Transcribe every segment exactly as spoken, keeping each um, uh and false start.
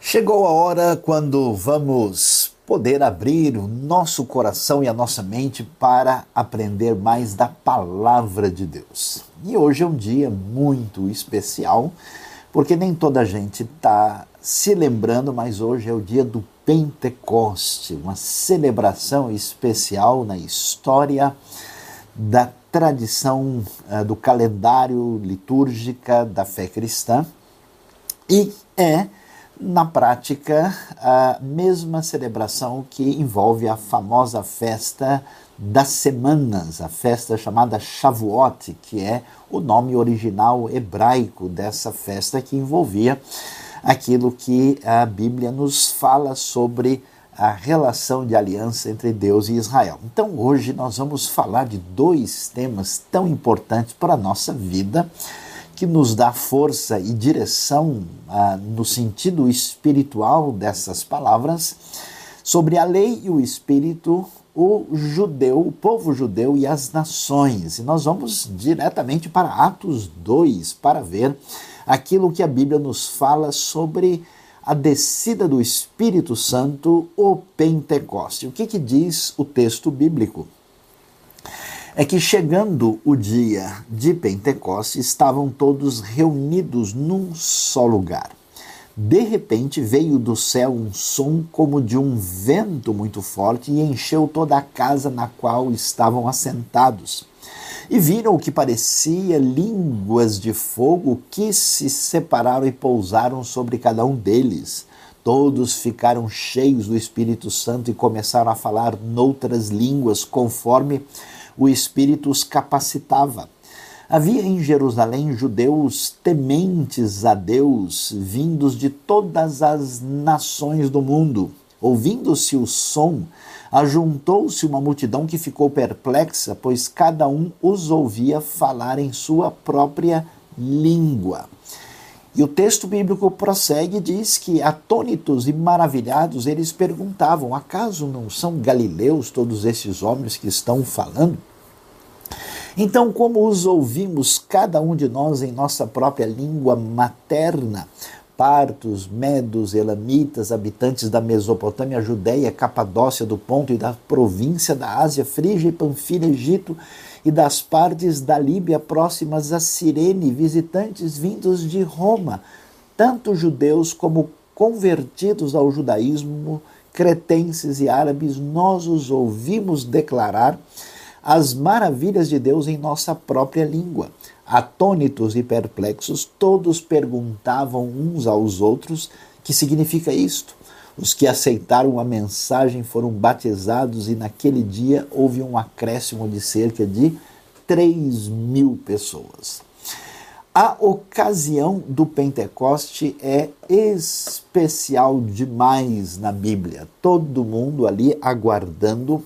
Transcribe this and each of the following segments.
Chegou a hora quando vamos poder abrir o nosso coração e a nossa mente para aprender mais da Palavra de Deus. E hoje é um dia muito especial, porque nem toda a gente está se lembrando, mas hoje é o dia do Pentecoste, uma celebração especial na história da tradição uh, do calendário litúrgica da fé cristã, e é na prática, a mesma celebração que envolve a famosa festa das semanas, a festa chamada Shavuot, que é o nome original hebraico dessa festa, que envolvia aquilo que a Bíblia nos fala sobre a relação de aliança entre Deus e Israel. Então hoje nós vamos falar de dois temas tão importantes para a nossa vida, que nos dá força e direção ah, no sentido espiritual dessas palavras, sobre a lei e o espírito, o judeu, o povo judeu e as nações. E nós vamos diretamente para Atos dois para ver aquilo que a Bíblia nos fala sobre a descida do Espírito Santo, o Pentecoste. O que, que diz o texto bíblico? É que chegando o dia de Pentecostes, estavam todos reunidos num só lugar. De repente veio do céu um som como de um vento muito forte e encheu toda a casa na qual estavam assentados. E viram o que parecia línguas de fogo que se separaram e pousaram sobre cada um deles. Todos ficaram cheios do Espírito Santo e começaram a falar noutras línguas, conforme o Espírito os capacitava. Havia em Jerusalém judeus tementes a Deus, vindos de todas as nações do mundo. Ouvindo-se o som, ajuntou-se uma multidão que ficou perplexa, pois cada um os ouvia falar em sua própria língua. E o texto bíblico prossegue e diz que, atônitos e maravilhados, eles perguntavam: acaso não são galileus todos esses homens que estão falando? Então, como os ouvimos, cada um de nós em nossa própria língua materna, partos, medos, elamitas, habitantes da Mesopotâmia, Judéia, Capadócia, do Ponto e da província da Ásia, Frígia e Panfilha, Egito e das partes da Líbia próximas a Cirene, visitantes vindos de Roma, tanto judeus como convertidos ao judaísmo, cretenses e árabes, nós os ouvimos declarar as maravilhas de Deus em nossa própria língua. Atônitos e perplexos, todos perguntavam uns aos outros: que significa isto? Os que aceitaram a mensagem foram batizados e naquele dia houve um acréscimo de cerca de três mil pessoas. A ocasião do Pentecoste é especial demais na Bíblia. Todo mundo ali aguardando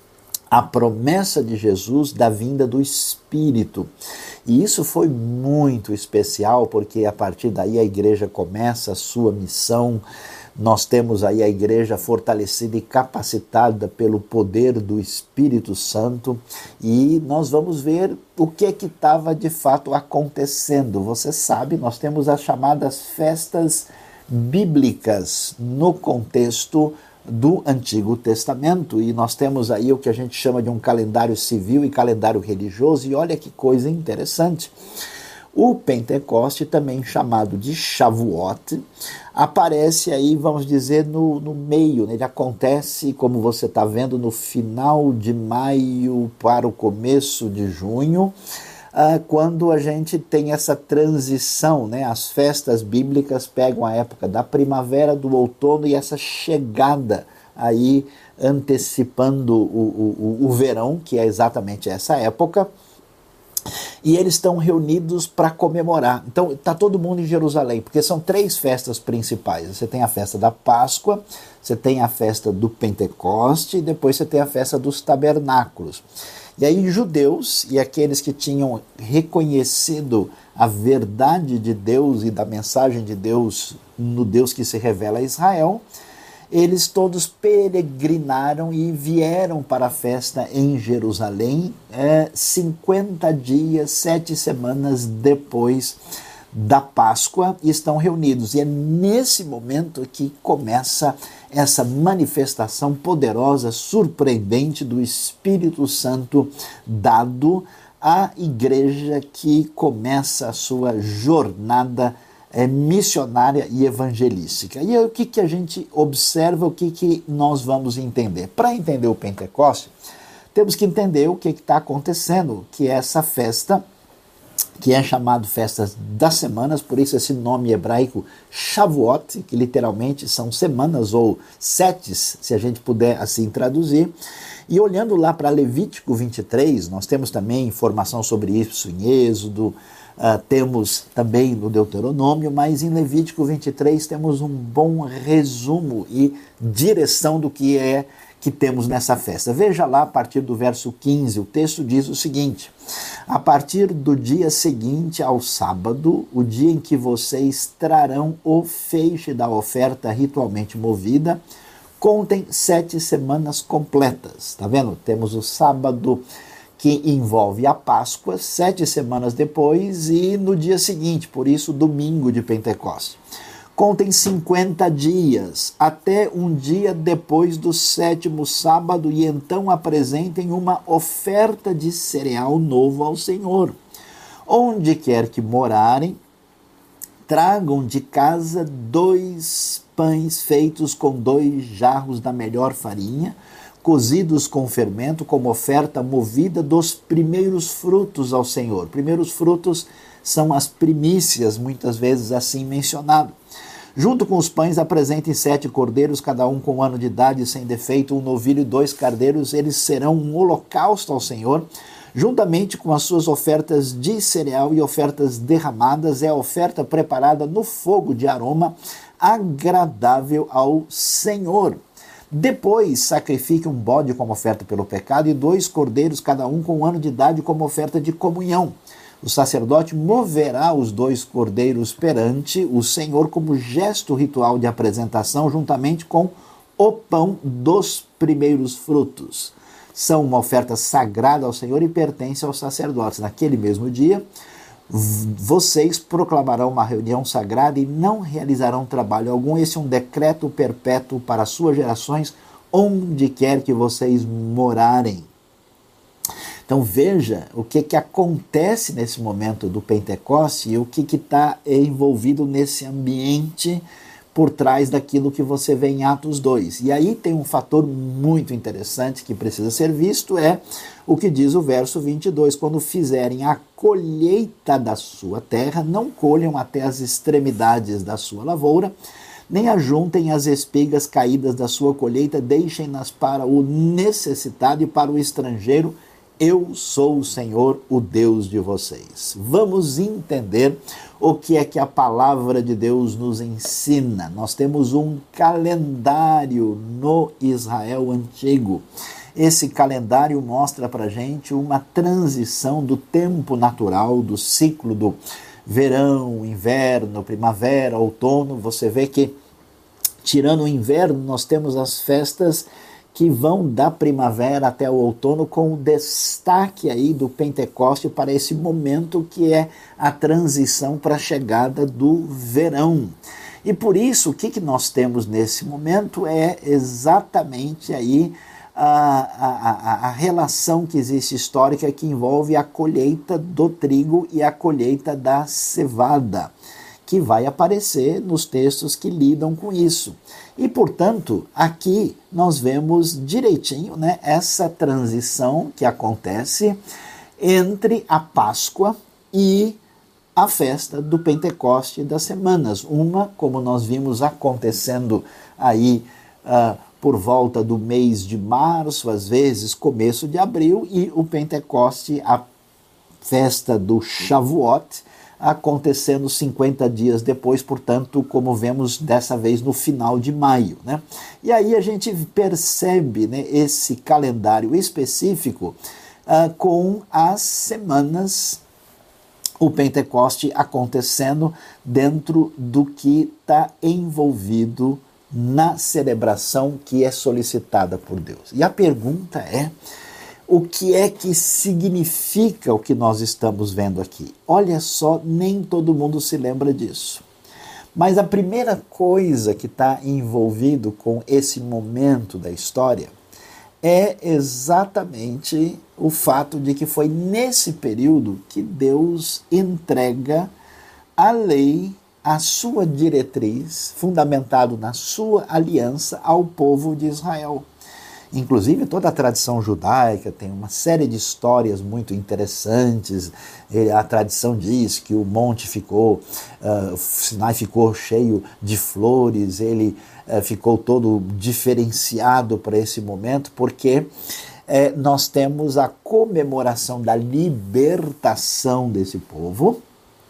a promessa de Jesus da vinda do Espírito. E isso foi muito especial, porque a partir daí a igreja começa a sua missão. Nós temos aí a igreja fortalecida e capacitada pelo poder do Espírito Santo, e nós vamos ver o que é que estava de fato acontecendo. Você sabe, nós temos as chamadas festas bíblicas no contexto do Antigo Testamento, e nós temos aí o que a gente chama de um calendário civil e calendário religioso, e olha que coisa interessante. O Pentecoste, também chamado de Shavuot, aparece aí, vamos dizer, no, no meio, né? Ele acontece, como você está vendo, no final de maio para o começo de junho, ah, quando a gente tem essa transição, né? As festas bíblicas pegam a época da primavera, do outono e essa chegada aí antecipando o, o, o verão, que é exatamente essa época. E eles estão reunidos para comemorar. Então está todo mundo em Jerusalém, porque são três festas principais. Você tem a festa da Páscoa, você tem a festa do Pentecoste e depois você tem a festa dos tabernáculos. E aí judeus e aqueles que tinham reconhecido a verdade de Deus e da mensagem de Deus no Deus que se revela a Israel, eles todos peregrinaram e vieram para a festa em Jerusalém, é, cinquenta dias, sete semanas depois da Páscoa e estão reunidos. E é nesse momento que começa essa manifestação poderosa, surpreendente do Espírito Santo dado à igreja que começa a sua jornada é, missionária e evangelística. E aí, o que, que a gente observa, o que, que nós vamos entender? Para entender o Pentecoste, temos que entender o que está acontecendo, que é essa festa, que é chamado Festas das Semanas, por isso esse nome hebraico Shavuot, que literalmente são semanas ou setes, se a gente puder assim traduzir. E olhando lá para Levítico vinte e três, nós temos também informação sobre isso em Êxodo, uh, temos também no Deuteronômio, mas em Levítico vinte e três temos um bom resumo e direção do que é que temos nessa festa. Veja lá a partir do verso quinze, o texto diz o seguinte: a partir do dia seguinte ao sábado, o dia em que vocês trarão o feixe da oferta ritualmente movida, contem sete semanas completas. Tá vendo? Temos o sábado que envolve a Páscoa, sete semanas depois e no dia seguinte, por isso domingo de Pentecostes. Contem cinquenta dias, até um dia depois do sétimo sábado, e então apresentem uma oferta de cereal novo ao Senhor. Onde quer que morarem, tragam de casa dois pães feitos com dois jarros da melhor farinha, cozidos com fermento, como oferta movida dos primeiros frutos ao Senhor. Primeiros frutos são as primícias, muitas vezes assim mencionado. Junto com os pães, apresentem sete cordeiros, cada um com um ano de idade, sem defeito, um novilho e dois cardeiros. Eles serão um holocausto ao Senhor, juntamente com as suas ofertas de cereal e ofertas derramadas. É a oferta preparada no fogo de aroma agradável ao Senhor. Depois, sacrifique um bode como oferta pelo pecado e dois cordeiros, cada um com um ano de idade, como oferta de comunhão. O sacerdote moverá os dois cordeiros perante o Senhor como gesto ritual de apresentação, juntamente com o pão dos primeiros frutos. São uma oferta sagrada ao Senhor e pertence aos sacerdotes. Naquele mesmo dia, vocês proclamarão uma reunião sagrada e não realizarão trabalho algum. Esse é um decreto perpétuo para as suas gerações, onde quer que vocês morarem. Então veja o que, que acontece nesse momento do Pentecoste e o que está envolvido nesse ambiente por trás daquilo que você vê em Atos dois. E aí tem um fator muito interessante que precisa ser visto, é o que diz o verso vinte e dois, quando fizerem a colheita da sua terra, não colham até as extremidades da sua lavoura, nem ajuntem as espigas caídas da sua colheita, deixem-nas para o necessitado e para o estrangeiro. Eu sou o Senhor, o Deus de vocês. Vamos entender o que é que a palavra de Deus nos ensina. Nós temos um calendário no Israel antigo. Esse calendário mostra para a gente uma transição do tempo natural, do ciclo do verão, inverno, primavera, outono. Você vê que, tirando o inverno, nós temos as festas que vão da primavera até o outono, com o destaque aí do Pentecoste para esse momento que é a transição para a chegada do verão. E por isso, o que, que nós temos nesse momento é exatamente aí a, a, a, a relação que existe histórica que envolve a colheita do trigo e a colheita da cevada, que vai aparecer nos textos que lidam com isso. E, portanto, aqui nós vemos direitinho, né, essa transição que acontece entre a Páscoa e a festa do Pentecoste das Semanas. Uma, como nós vimos acontecendo aí uh, por volta do mês de março, às vezes começo de abril, e o Pentecoste, a festa do Shavuot, acontecendo cinquenta dias depois, portanto, como vemos dessa vez no final de maio, né? E aí a gente percebe, né, esse calendário específico uh, com as semanas, o Pentecoste acontecendo dentro do que está envolvido na celebração que é solicitada por Deus. E a pergunta é: o que é que significa o que nós estamos vendo aqui. Olha só, nem todo mundo se lembra disso. Mas a primeira coisa que está envolvido com esse momento da história é exatamente o fato de que foi nesse período que Deus entrega a lei, a sua diretriz, fundamentado na sua aliança ao povo de Israel. Inclusive, toda a tradição judaica tem uma série de histórias muito interessantes. A tradição diz que o monte ficou, uh, o Sinai ficou cheio de flores, ele uh, ficou todo diferenciado para esse momento, porque uh, nós temos a comemoração da libertação desse povo.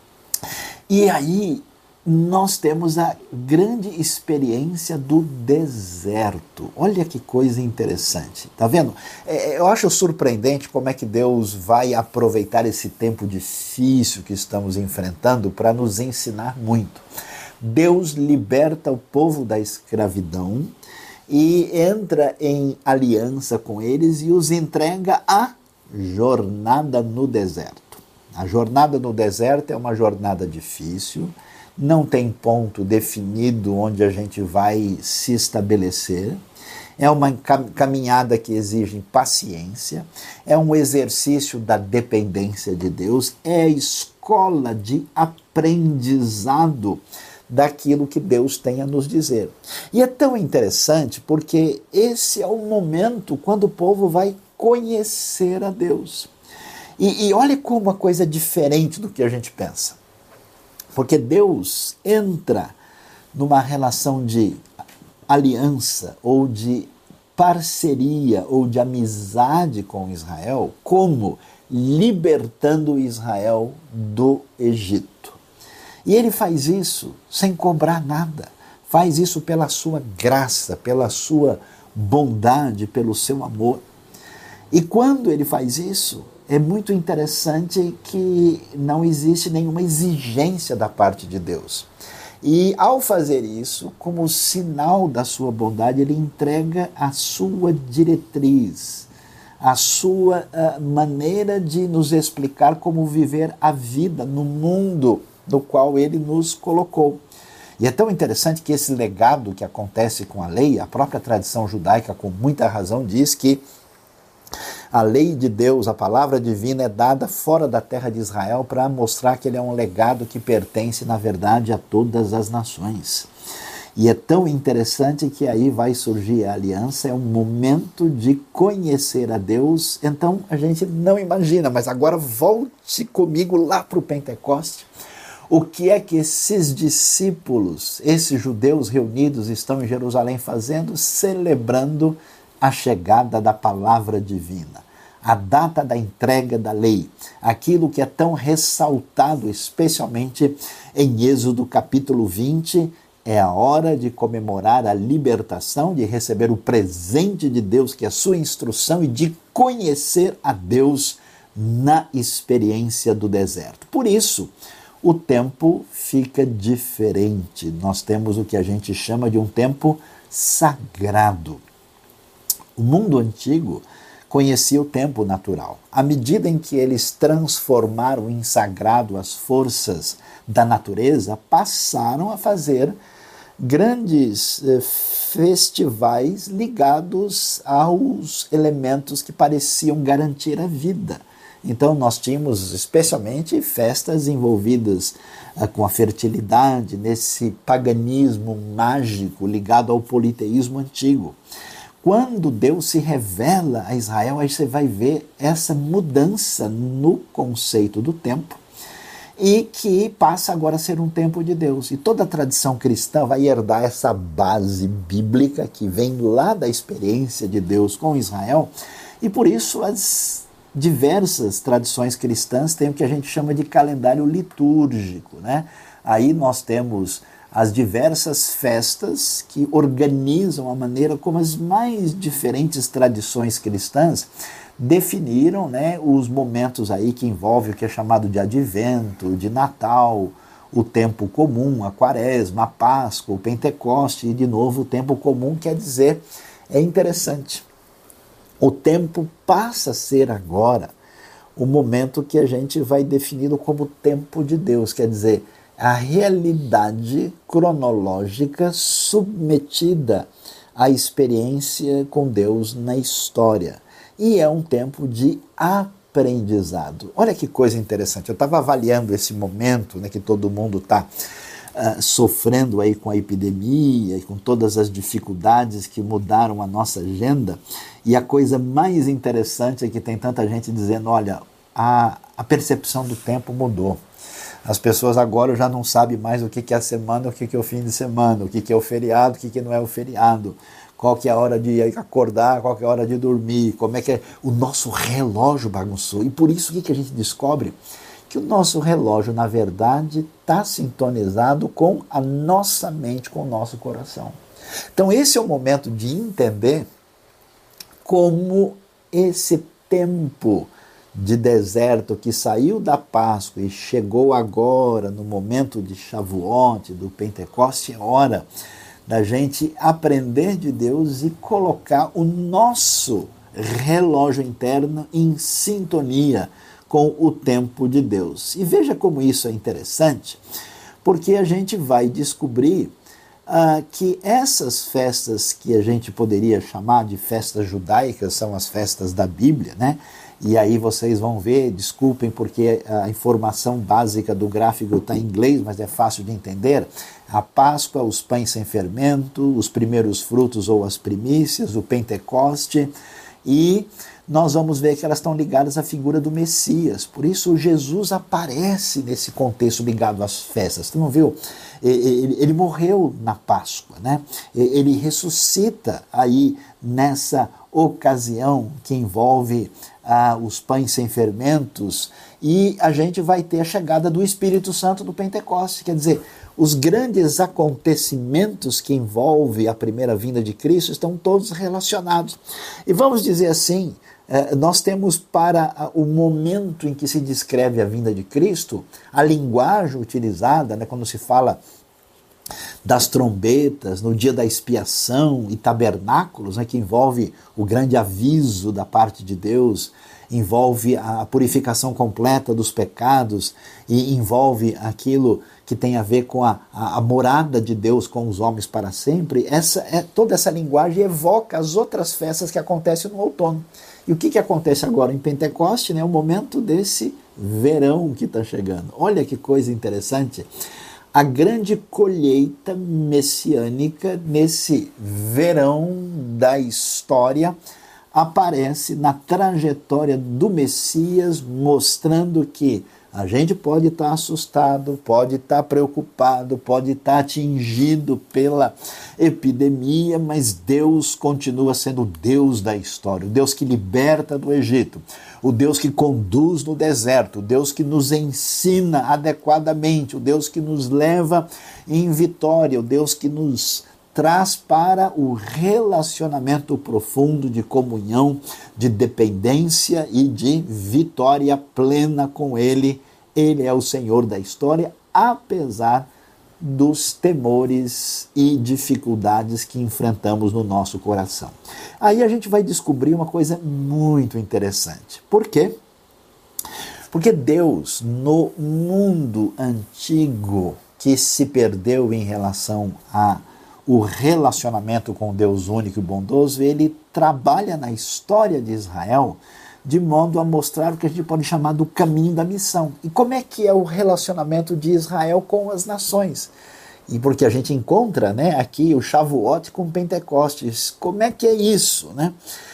E aí nós temos a grande experiência do deserto. Olha que coisa interessante. Tá vendo? É, eu acho surpreendente como é que Deus vai aproveitar esse tempo difícil que estamos enfrentando para nos ensinar muito. Deus liberta o povo da escravidão e entra em aliança com eles e os entrega à jornada no deserto. A jornada no deserto é uma jornada difícil. Não tem ponto definido onde a gente vai se estabelecer. É uma caminhada que exige paciência, é um exercício da dependência de Deus, é a escola de aprendizado daquilo que Deus tem a nos dizer. E é tão interessante porque esse é o momento quando o povo vai conhecer a Deus. E, e olha como uma coisa diferente do que a gente pensa. Porque Deus entra numa relação de aliança ou de parceria ou de amizade com Israel, como libertando Israel do Egito. E ele faz isso sem cobrar nada, faz isso pela sua graça, pela sua bondade, pelo seu amor. E quando ele faz isso, é muito interessante que não existe nenhuma exigência da parte de Deus. E ao fazer isso, como sinal da sua bondade, ele entrega a sua diretriz, a sua uh, maneira de nos explicar como viver a vida no mundo no qual ele nos colocou. E é tão interessante que esse legado que acontece com a lei, a própria tradição judaica, com muita razão, diz que a lei de Deus, a palavra divina, é dada fora da terra de Israel para mostrar que ele é um legado que pertence, na verdade, a todas as nações. E é tão interessante que aí vai surgir a aliança, é um momento de conhecer a Deus. Então a gente não imagina, mas agora volte comigo lá para o Pentecoste. O que é que esses discípulos, esses judeus reunidos, estão em Jerusalém fazendo? Celebrando a chegada da palavra divina, a data da entrega da lei, aquilo que é tão ressaltado, especialmente em Êxodo capítulo vinte, é a hora de comemorar a libertação, de receber o presente de Deus, que é a sua instrução, e de conhecer a Deus na experiência do deserto. Por isso, o tempo fica diferente. Nós temos o que a gente chama de um tempo sagrado. O mundo antigo conhecia o tempo natural. À medida em que eles transformaram em sagrado as forças da natureza, passaram a fazer grandes eh, festivais ligados aos elementos que pareciam garantir a vida. Então nós tínhamos especialmente festas envolvidas ah, com a fertilidade, nesse paganismo mágico ligado ao politeísmo antigo. Quando Deus se revela a Israel, aí você vai ver essa mudança no conceito do tempo e que passa agora a ser um tempo de Deus. E toda a tradição cristã vai herdar essa base bíblica que vem lá da experiência de Deus com Israel, e por isso as diversas tradições cristãs têm o que a gente chama de calendário litúrgico, né? Aí nós temos as diversas festas que organizam a maneira como as mais diferentes tradições cristãs definiram, né, os momentos aí que envolvem o que é chamado de advento, de Natal, o tempo comum, a quaresma, a Páscoa, o Pentecoste, e de novo o tempo comum quer dizer, é interessante, O tempo passa a ser agora o momento que a gente vai definindo como tempo de Deus, quer dizer, a realidade cronológica submetida à experiência com Deus na história. E é um tempo de aprendizado. Olha que coisa interessante, eu estava avaliando esse momento, né, que todo mundo está uh, sofrendo aí com a epidemia e com todas as dificuldades que mudaram a nossa agenda, e a coisa mais interessante é que tem tanta gente dizendo, olha, a, a percepção do tempo mudou. As pessoas agora já não sabem mais o que é a semana, o que é o fim de semana, o que é o feriado, o que não é o feriado, qual que é a hora de acordar, qual que é a hora de dormir, como é que é. O nosso relógio bagunçou. E por isso o que a gente descobre? Que o nosso relógio, na verdade, está sintonizado com a nossa mente, com o nosso coração. Então esse é o momento de entender como esse tempo de deserto que saiu da Páscoa e chegou agora no momento de Shavuot, do Pentecoste, é hora da gente aprender de Deus e colocar o nosso relógio interno em sintonia com o tempo de Deus. E veja como isso é interessante, porque a gente vai descobrir Uh, que essas festas que a gente poderia chamar de festas judaicas são as festas da Bíblia, né? E aí vocês vão ver, desculpem porque a informação básica do gráfico está em inglês, mas é fácil de entender. A Páscoa, os pães sem fermento, os primeiros frutos ou as primícias, o Pentecoste, e nós vamos ver que elas estão ligadas à figura do Messias. Por isso Jesus aparece nesse contexto ligado às festas. Você não viu? Ele, ele morreu na Páscoa, né? Ele ressuscita aí nessa ocasião que envolve ah, os pães sem fermentos, e a gente vai ter a chegada do Espírito Santo do Pentecoste. Quer dizer, os grandes acontecimentos que envolvem a primeira vinda de Cristo estão todos relacionados. E vamos dizer assim, nós temos para o momento em que se descreve a vinda de Cristo, a linguagem utilizada, né, quando se fala das trombetas, no dia da expiação e tabernáculos, né, que envolve o grande aviso da parte de Deus, envolve a purificação completa dos pecados e envolve aquilo que tem a ver com a, a, a morada de Deus com os homens para sempre. Essa, é, toda essa linguagem evoca as outras festas que acontecem no outono. E o que, que acontece agora em Pentecoste? Né? O momento desse verão que está chegando. Olha que coisa interessante. A grande colheita messiânica nesse verão da história aparece na trajetória do Messias, mostrando que a gente pode estar assustado, pode estar preocupado, pode estar atingido pela epidemia, mas Deus continua sendo o Deus da história, o Deus que liberta do Egito, o Deus que conduz no deserto, o Deus que nos ensina adequadamente, o Deus que nos leva em vitória, o Deus que nos traz para o relacionamento profundo de comunhão, de dependência e de vitória plena com Ele. Ele é o Senhor da história, apesar dos temores e dificuldades que enfrentamos no nosso coração. Aí a gente vai descobrir uma coisa muito interessante. Por quê? Porque Deus, no mundo antigo que se perdeu em relação a o relacionamento com Deus único e bondoso, ele trabalha na história de Israel de modo a mostrar o que a gente pode chamar do caminho da missão. E como é que é o relacionamento de Israel com as nações? E porque a gente encontra, né, aqui o Shavuot com Pentecostes. Como é que é isso, né?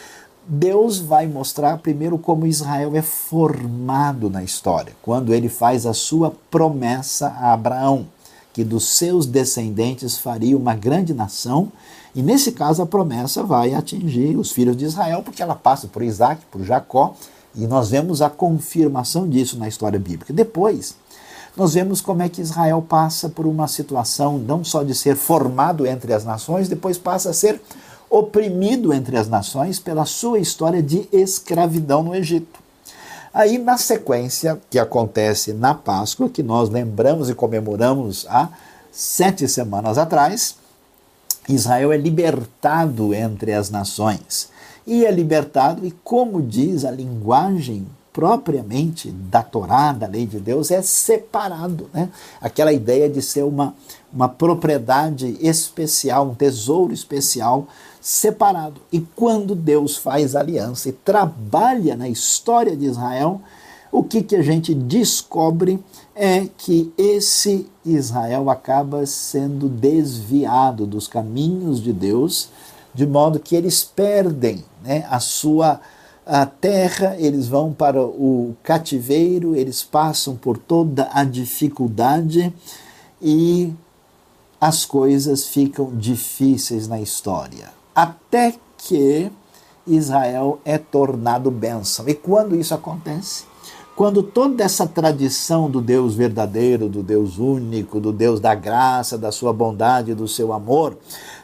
Deus vai mostrar primeiro como Israel é formado na história, quando ele faz a sua promessa a Abraão, que dos seus descendentes faria uma grande nação, e nesse caso a promessa vai atingir os filhos de Israel, porque ela passa por Isaac, por Jacó, e nós vemos a confirmação disso na história bíblica. Depois, nós vemos como é que Israel passa por uma situação não só de ser formado entre as nações, depois passa a ser oprimido entre as nações pela sua história de escravidão no Egito. Aí, na sequência, que acontece na Páscoa, que nós lembramos e comemoramos há sete semanas atrás, Israel é libertado entre as nações. e é libertado, e como diz a linguagem propriamente da Torá, da lei de Deus, é separado, né? Aquela ideia de ser uma, uma propriedade especial, um tesouro especial separado. E quando Deus faz aliança e trabalha na história de Israel, o que, que a gente descobre é que esse Israel acaba sendo desviado dos caminhos de Deus, de modo que eles perdem, né, a sua a terra, eles vão para o cativeiro, eles passam por toda a dificuldade e as coisas ficam difíceis na história. Até que Israel é tornado bênção. E quando isso acontece? Quando toda essa tradição do Deus verdadeiro, do Deus único, do Deus da graça, da sua bondade, do seu amor,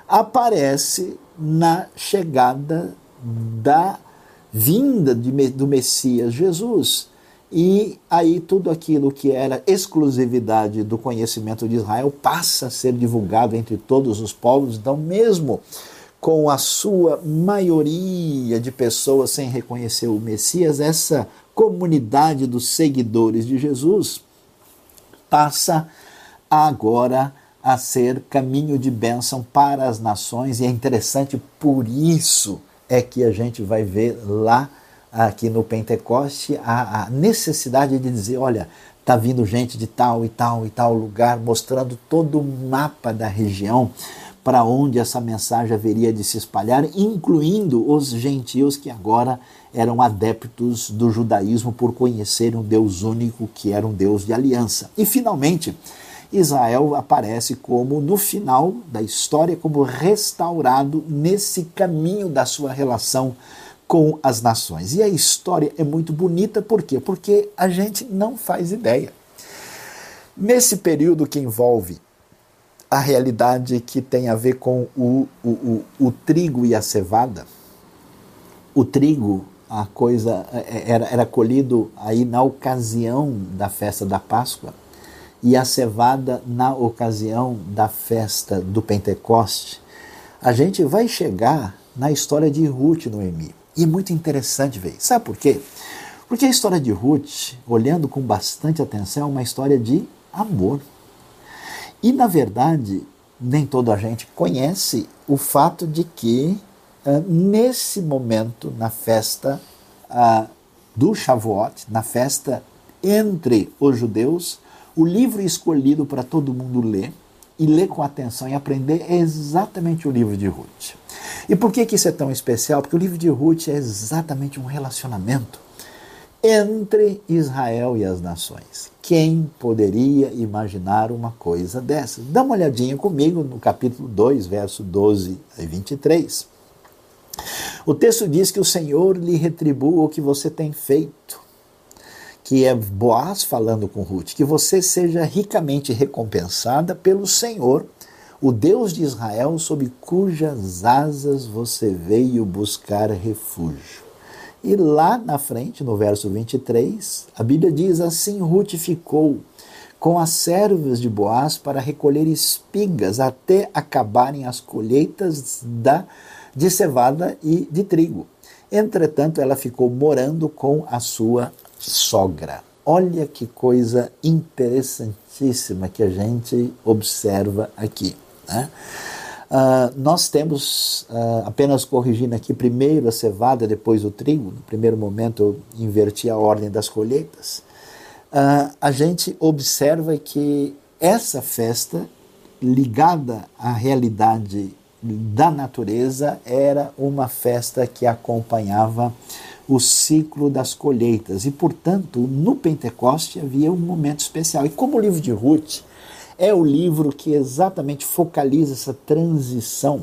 aparece na chegada da vinda de, do Messias Jesus. E aí tudo aquilo que era exclusividade do conhecimento de Israel passa a ser divulgado entre todos os povos. Então, mesmo com a sua maioria de pessoas sem reconhecer o Messias, essa comunidade dos seguidores de Jesus passa agora a ser caminho de bênção para as nações, e é interessante, por isso é que a gente vai ver lá, aqui no Pentecoste, a, a necessidade de dizer, olha, está vindo gente de tal e tal e tal lugar, mostrando todo o mapa da região para onde essa mensagem haveria de se espalhar, incluindo os gentios que agora eram adeptos do judaísmo por conhecerem um Deus único, que era um Deus de aliança. E, finalmente, Israel aparece como, no final da história, como restaurado nesse caminho da sua relação com as nações. E a história é muito bonita, por quê? Porque a gente não faz ideia. Nesse período que envolve a realidade que tem a ver com o, o, o, o trigo e a cevada, o trigo, a coisa era, era colhido aí na ocasião da festa da Páscoa, e a cevada na ocasião da festa do Pentecoste. A gente vai chegar na história de Ruth e Noemi. E é muito interessante ver. Sabe por quê? Porque a história de Ruth, olhando com bastante atenção, é uma história de amor. E, na verdade, nem toda a gente conhece o fato de que, uh, nesse momento, na festa uh, do Shavuot, na festa entre os judeus, o livro escolhido para todo mundo ler, e ler com atenção e aprender, é exatamente o livro de Ruth. E por que que isso é tão especial? Porque o livro de Ruth é exatamente um relacionamento entre Israel e as nações. Quem poderia imaginar uma coisa dessa? Dá uma olhadinha comigo no capítulo dois, verso doze a vinte e três. O texto diz que o Senhor lhe retribua o que você tem feito, que é Boaz falando com Ruth, que você seja ricamente recompensada pelo Senhor, o Deus de Israel, sob cujas asas você veio buscar refúgio. E lá na frente, no verso vinte e três, a Bíblia diz assim: Ruth ficou com as servas de Boaz para recolher espigas até acabarem as colheitas da, de cevada e de trigo. Entretanto, ela ficou morando com a sua sogra. Olha que coisa interessantíssima que a gente observa aqui, né? Uh, nós temos, uh, apenas corrigindo aqui, primeiro a cevada, depois o trigo. No primeiro momento eu inverti a ordem das colheitas. Uh, a gente observa que essa festa, ligada à realidade da natureza, era uma festa que acompanhava o ciclo das colheitas. E, portanto, no Pentecoste havia um momento especial. E como o livro de Ruth é o livro que exatamente focaliza essa transição,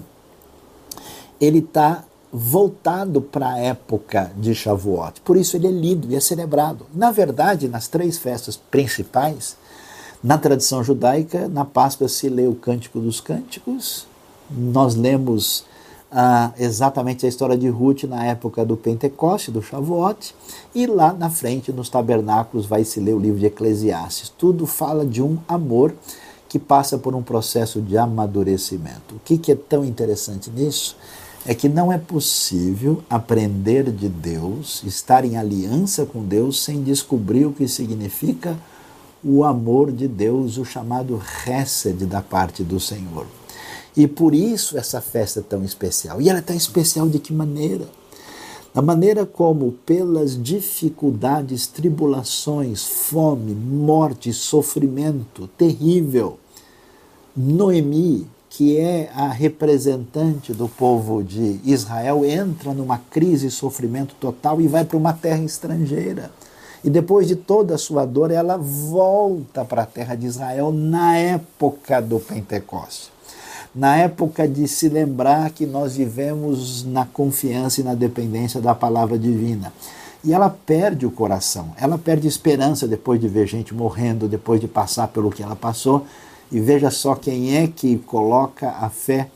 ele está voltado para a época de Shavuot. Por isso ele é lido e é celebrado. Na verdade, nas três festas principais, na tradição judaica, na Páscoa se lê o Cântico dos Cânticos. Nós lemos ah, exatamente a história de Ruth na época do Pentecoste, do Shavuot, e lá na frente, nos tabernáculos, vai se ler o livro de Eclesiastes. Tudo fala de um amor que passa por um processo de amadurecimento. O que, que é tão interessante nisso? é que não é possível aprender de Deus, estar em aliança com Deus, sem descobrir o que significa o amor de Deus, o chamado Hesed da parte do Senhor. E por isso essa festa é tão especial. E ela é tão especial de que maneira? Da maneira como, pelas dificuldades, tribulações, fome, morte, sofrimento terrível, Noemi, que é a representante do povo de Israel, entra numa crise e sofrimento total e vai para uma terra estrangeira. E depois de toda a sua dor, ela volta para a terra de Israel na época do Pentecostes. Na época de se lembrar que nós vivemos na confiança e na dependência da palavra divina. E ela perde o coração, ela perde esperança depois de ver gente morrendo, depois de passar pelo que ela passou. E veja só quem é que coloca a fé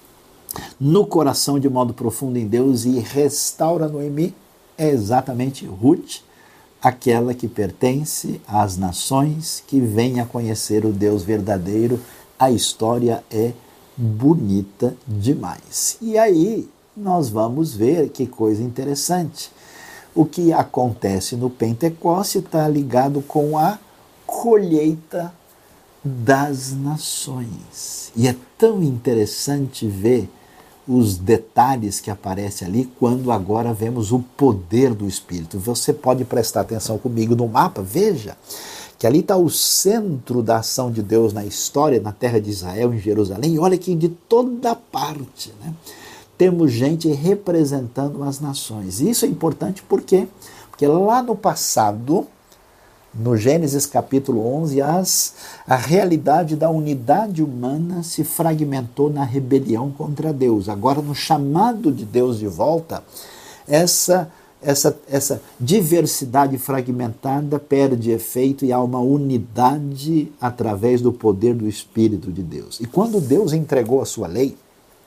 no coração de modo profundo em Deus e restaura Noemi. É exatamente Ruth, aquela que pertence às nações, que vem a conhecer o Deus verdadeiro. A história é bonita demais. E aí nós vamos ver que coisa interessante. O que acontece no Pentecoste está ligado com a colheita das nações. E é tão interessante ver os detalhes que aparecem ali quando agora vemos o poder do Espírito. Você pode prestar atenção comigo no mapa, veja que ali está o centro da ação de Deus na história, na terra de Israel, em Jerusalém. E olha que de toda parte, né, temos gente representando as nações. E isso é importante por quê? Porque lá no passado, no Gênesis capítulo onze, as, a realidade da unidade humana se fragmentou na rebelião contra Deus. Agora, no chamado de Deus de volta, essa, essa, essa diversidade fragmentada perde efeito e há uma unidade através do poder do Espírito de Deus. E quando Deus entregou a sua lei,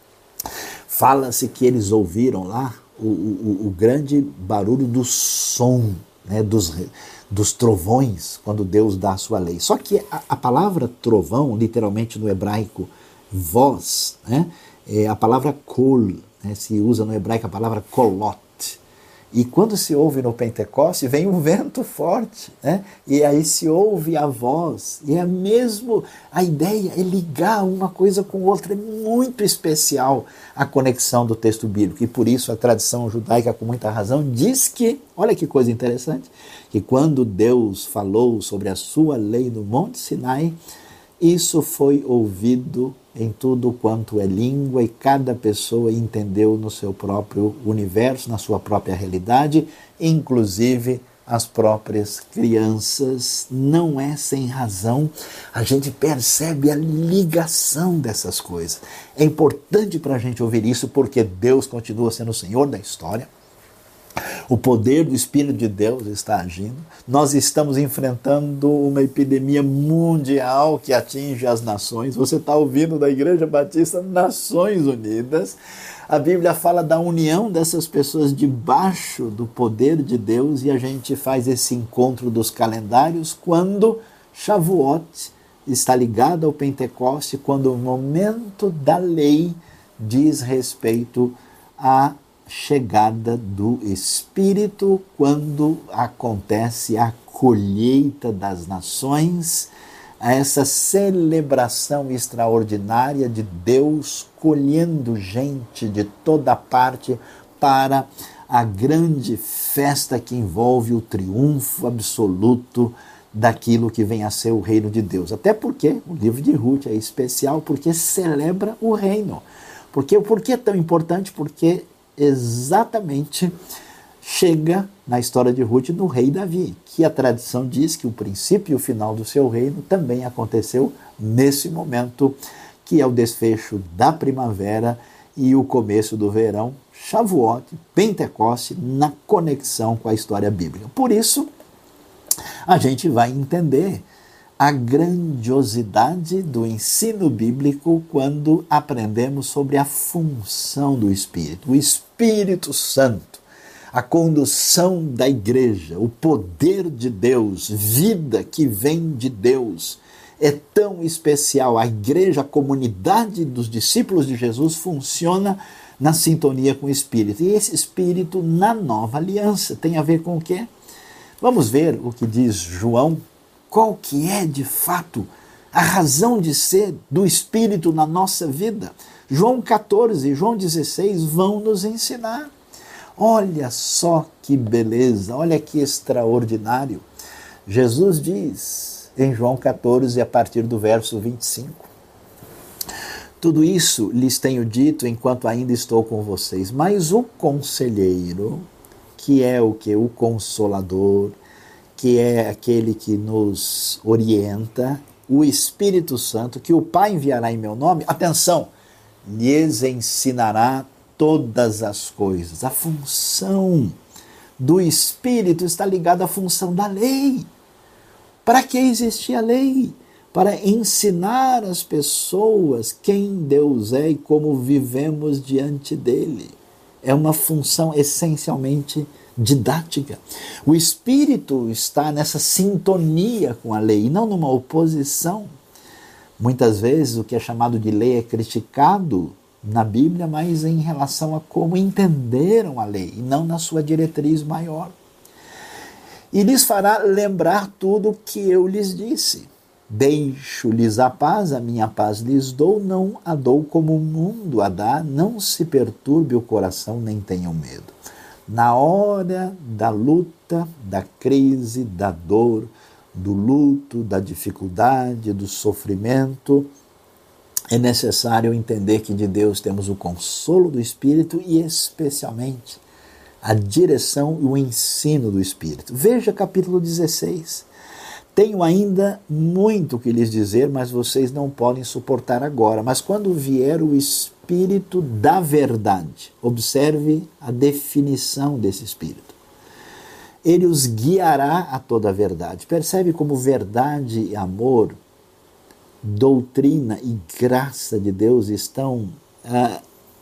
fala-se que eles ouviram lá o, o, o grande barulho do som, né, dos dos trovões, quando Deus dá a sua lei. Só que a, a palavra trovão, literalmente no hebraico, voz, né, é a palavra kol, né, se usa no hebraico a palavra kolot. E quando se ouve no Pentecoste, vem um vento forte, né, e aí se ouve a voz, e é mesmo, a ideia é ligar uma coisa com outra. É muito especial a conexão do texto bíblico, e por isso a tradição judaica, com muita razão, diz que, olha que coisa interessante, que quando Deus falou sobre a sua lei no Monte Sinai, isso foi ouvido em tudo quanto é língua e cada pessoa entendeu no seu próprio universo, na sua própria realidade, inclusive as próprias crianças. Não é sem razão, a gente percebe a ligação dessas coisas. É importante para a gente ouvir isso porque Deus continua sendo o Senhor da história. O poder do Espírito de Deus está agindo. Nós estamos enfrentando uma epidemia mundial que atinge as nações. Você está ouvindo da Igreja Batista Nações Unidas. A Bíblia fala da união dessas pessoas debaixo do poder de Deus e a gente faz esse encontro dos calendários quando Shavuot está ligado ao Pentecoste, quando o momento da lei diz respeito a chegada do Espírito, quando acontece a colheita das nações, essa celebração extraordinária de Deus colhendo gente de toda parte para a grande festa que envolve o triunfo absoluto daquilo que vem a ser o reino de Deus. Até porque o livro de Ruth é especial, porque celebra o reino. Porque, por que é tão importante? Porque exatamente chega na história de Ruth no rei Davi, que a tradição diz que o princípio e o final do seu reino também aconteceu nesse momento, que é o desfecho da primavera e o começo do verão, Shavuot, Pentecoste, na conexão com a história bíblica. Por isso, a gente vai entender a grandiosidade do ensino bíblico quando aprendemos sobre a função do Espírito. O Espírito Santo, a condução da igreja, o poder de Deus, vida que vem de Deus, é tão especial. A igreja, a comunidade dos discípulos de Jesus funciona na sintonia com o Espírito. E esse Espírito na nova aliança tem a ver com o quê? Vamos ver o que diz João, qual que é de fato a razão de ser do Espírito na nossa vida. João catorze e João dezesseis vão nos ensinar. Olha só que beleza, olha que extraordinário. Jesus diz em João catorze, a partir do verso vinte e cinco, tudo isso lhes tenho dito enquanto ainda estou com vocês, mas o conselheiro, que é o que? O consolador, que é aquele que nos orienta, o Espírito Santo, que o Pai enviará em meu nome, atenção, lhes ensinará todas as coisas. A função do Espírito está ligada à função da lei. Para que existia a lei? Para ensinar as pessoas quem Deus é e como vivemos diante dele. É uma função essencialmente didática. O Espírito está nessa sintonia com a lei e não numa oposição. Muitas vezes o que é chamado de lei é criticado na Bíblia, mas em relação a como entenderam a lei e não na sua diretriz maior. E lhes fará lembrar tudo o que eu lhes disse. Deixo-lhes a paz, a minha paz lhes dou, não a dou como o mundo a dá, não se perturbe o coração, nem tenham medo. Na hora da luta, da crise, da dor, do luto, da dificuldade, do sofrimento, é necessário entender que de Deus temos o consolo do Espírito e especialmente a direção e o ensino do Espírito. Veja capítulo dezesseis. Tenho ainda muito que lhes dizer, mas vocês não podem suportar agora. Mas quando vier o Espírito da verdade, observe a definição desse Espírito. Ele os guiará a toda a verdade. Percebe como verdade e amor, doutrina e graça de Deus estão ah,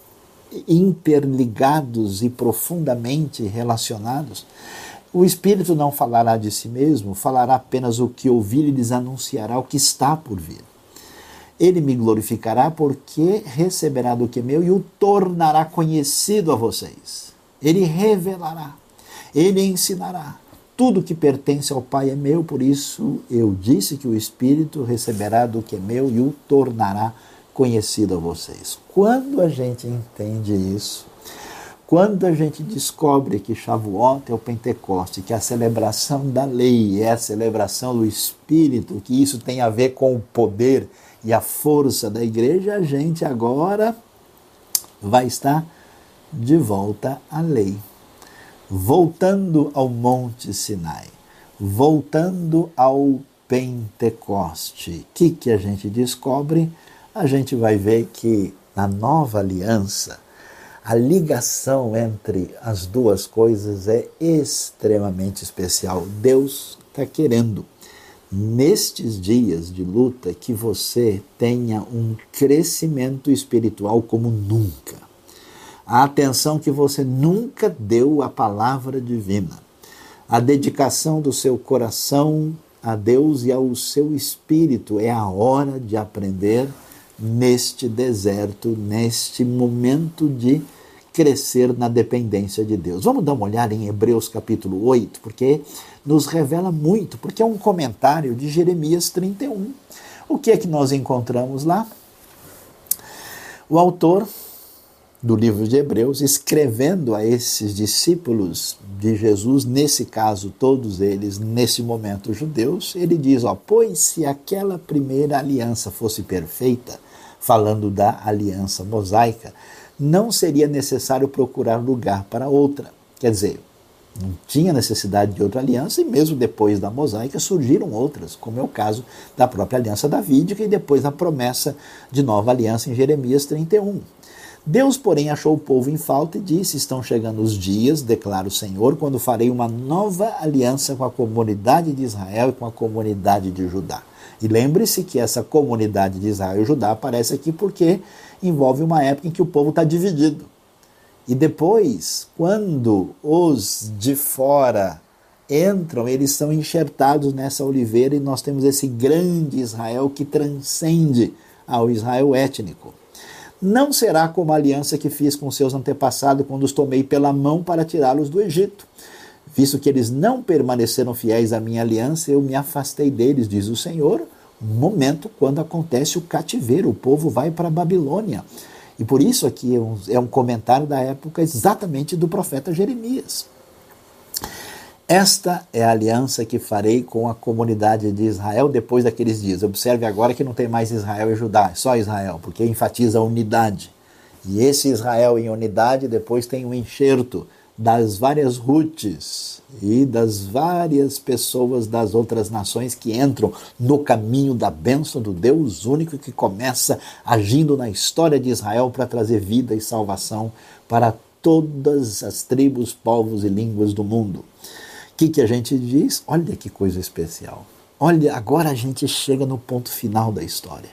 interligados e profundamente relacionados? O Espírito não falará de si mesmo, falará apenas o que ouvir e lhes anunciará o que está por vir. Ele me glorificará porque receberá do que é meu e o tornará conhecido a vocês. Ele revelará, ele ensinará. Tudo que pertence ao Pai é meu, por isso eu disse que o Espírito receberá do que é meu e o tornará conhecido a vocês. Quando a gente entende isso, quando a gente descobre que Shavuot é o Pentecoste, que a celebração da lei é a celebração do Espírito, que isso tem a ver com o poder e a força da igreja, a gente agora vai estar de volta à lei. Voltando ao Monte Sinai, voltando ao Pentecoste. O que, que a gente descobre? A gente vai ver que na nova aliança, a ligação entre as duas coisas é extremamente especial. Deus está querendo, nestes dias de luta, que você tenha um crescimento espiritual como nunca. A atenção que você nunca deu à palavra divina. A dedicação do seu coração a Deus e ao seu espírito. É a hora de aprender neste deserto, neste momento de crescer na dependência de Deus. Vamos dar uma olhada em Hebreus capítulo oito, porque nos revela muito, porque é um comentário de Jeremias trinta e um. O que é que nós encontramos lá? O autor do livro de Hebreus, escrevendo a esses discípulos de Jesus, nesse caso todos eles, nesse momento judeus, ele diz, ó, pois se aquela primeira aliança fosse perfeita, falando da aliança mosaica, não seria necessário procurar lugar para outra. Quer dizer, não tinha necessidade de outra aliança e mesmo depois da mosaica surgiram outras, como é o caso da própria aliança davídica e depois a promessa de nova aliança em Jeremias trinta e um. Deus, porém, achou o povo em falta e disse, estão chegando os dias, declara o Senhor, quando farei uma nova aliança com a comunidade de Israel e com a comunidade de Judá. E lembre-se que essa comunidade de Israel e Judá aparece aqui porque envolve uma época em que o povo está dividido. E depois, quando os de fora entram, eles são enxertados nessa oliveira e nós temos esse grande Israel que transcende ao Israel étnico. não será como a aliança que fiz com seus antepassados quando os tomei pela mão para tirá-los do Egito. Visto que eles não permaneceram fiéis à minha aliança, eu me afastei deles, diz o Senhor, no momento quando acontece o cativeiro, o povo vai para a Babilônia. E por isso aqui é um, é um comentário da época exatamente do profeta Jeremias. Esta é a aliança que farei com a comunidade de Israel depois daqueles dias. Observe agora que não tem mais Israel e Judá, é só Israel, porque enfatiza a unidade. E esse Israel em unidade depois tem um enxerto das várias Rutes e das várias pessoas das outras nações que entram no caminho da bênção do Deus único que começa agindo na história de Israel para trazer vida e salvação para todas as tribos, povos e línguas do mundo. O que, que a gente diz? Olha que coisa especial. Olha, agora a gente chega no ponto final da história.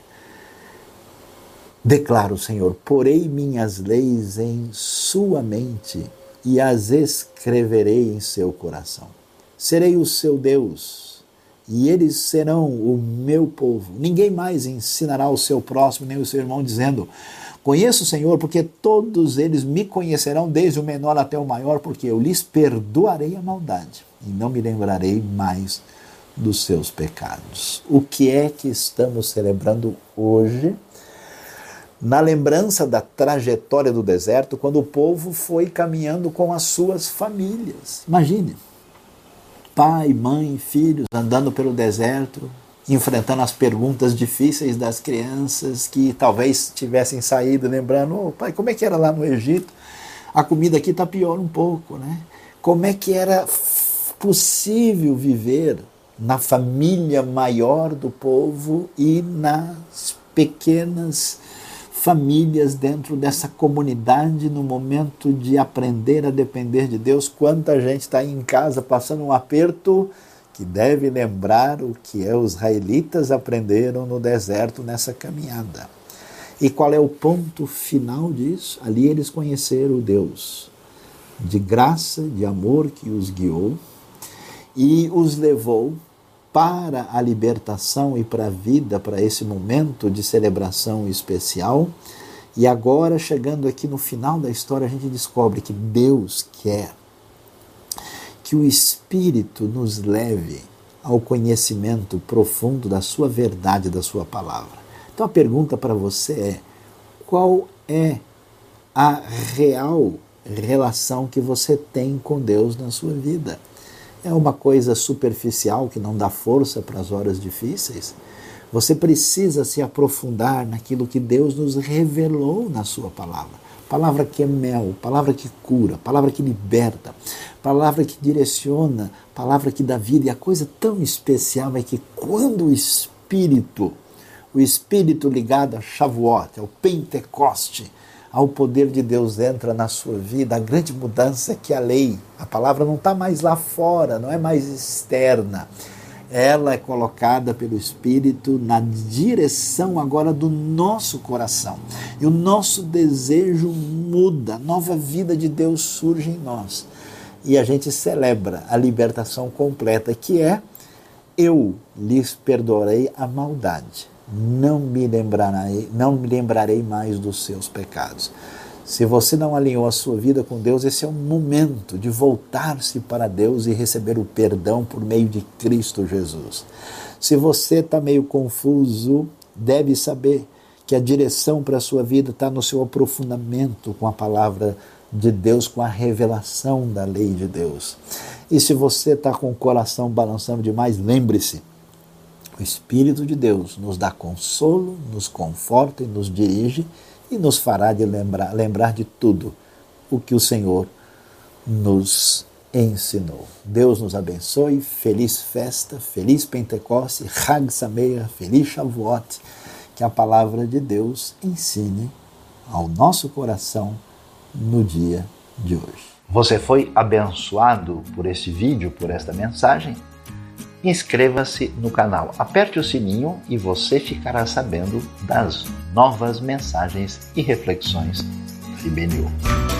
Declara o Senhor, porei minhas leis em sua mente e as escreverei em seu coração. Serei o seu Deus e eles serão o meu povo. Ninguém mais ensinará o seu próximo nem o seu irmão dizendo, conheço o Senhor, porque todos eles me conhecerão, desde o menor até o maior, porque eu lhes perdoarei a maldade e não me lembrarei mais dos seus pecados. O que é que estamos celebrando hoje? Na lembrança da trajetória do deserto, quando o povo foi caminhando com as suas famílias. Imagine, pai, mãe, filhos andando pelo deserto, enfrentando as perguntas difíceis das crianças que talvez tivessem saído, lembrando, ô oh, pai, como é que era lá no Egito? A comida aqui está pior um pouco, né? Como é que era possível viver na família maior do povo e nas pequenas famílias dentro dessa comunidade no momento de aprender a depender de Deus? Quanta gente está em casa passando um aperto que deve lembrar o que os israelitas aprenderam no deserto nessa caminhada. E qual é o ponto final disso? Ali eles conheceram o Deus de graça, de amor que os guiou e os levou para a libertação e para a vida, para esse momento de celebração especial. E agora, chegando aqui no final da história, a gente descobre que Deus quer que o Espírito nos leve ao conhecimento profundo da sua verdade, da sua palavra. Então a pergunta para você é, qual é a real relação que você tem com Deus na sua vida? É uma coisa superficial que não dá força para as horas difíceis? Você precisa se aprofundar naquilo que Deus nos revelou na sua palavra. Palavra que é mel, palavra que cura, palavra que liberta, palavra que direciona, palavra que dá vida. E a coisa tão especial é que quando o Espírito, o Espírito ligado a Shavuot, ao Pentecoste, ao poder de Deus entra na sua vida, a grande mudança é que a lei, a palavra não está mais lá fora, não é mais externa. Ela é colocada pelo Espírito na direção agora do nosso coração. E o nosso desejo muda, nova vida de Deus surge em nós. E a gente celebra a libertação completa, que é, eu lhes perdoarei a maldade. Não me lembrarei, não me lembrarei mais dos seus pecados. Se você não alinhou a sua vida com Deus, esse é um momento de voltar-se para Deus e receber o perdão por meio de Cristo Jesus. Se você está meio confuso, deve saber que a direção para a sua vida está no seu aprofundamento com a palavra de Deus, com a revelação da lei de Deus. E se você está com o coração balançando demais, lembre-se, o Espírito de Deus nos dá consolo, nos conforta e nos dirige e nos fará de lembrar, lembrar de tudo o que o Senhor nos ensinou. Deus nos abençoe, feliz festa, feliz Pentecoste, Hag Sameach, feliz Shavuot, que a palavra de Deus ensine ao nosso coração no dia de hoje. Você foi abençoado por este vídeo, por esta mensagem? Inscreva-se no canal, aperte o sininho e você ficará sabendo das novas mensagens e reflexões da I B N U.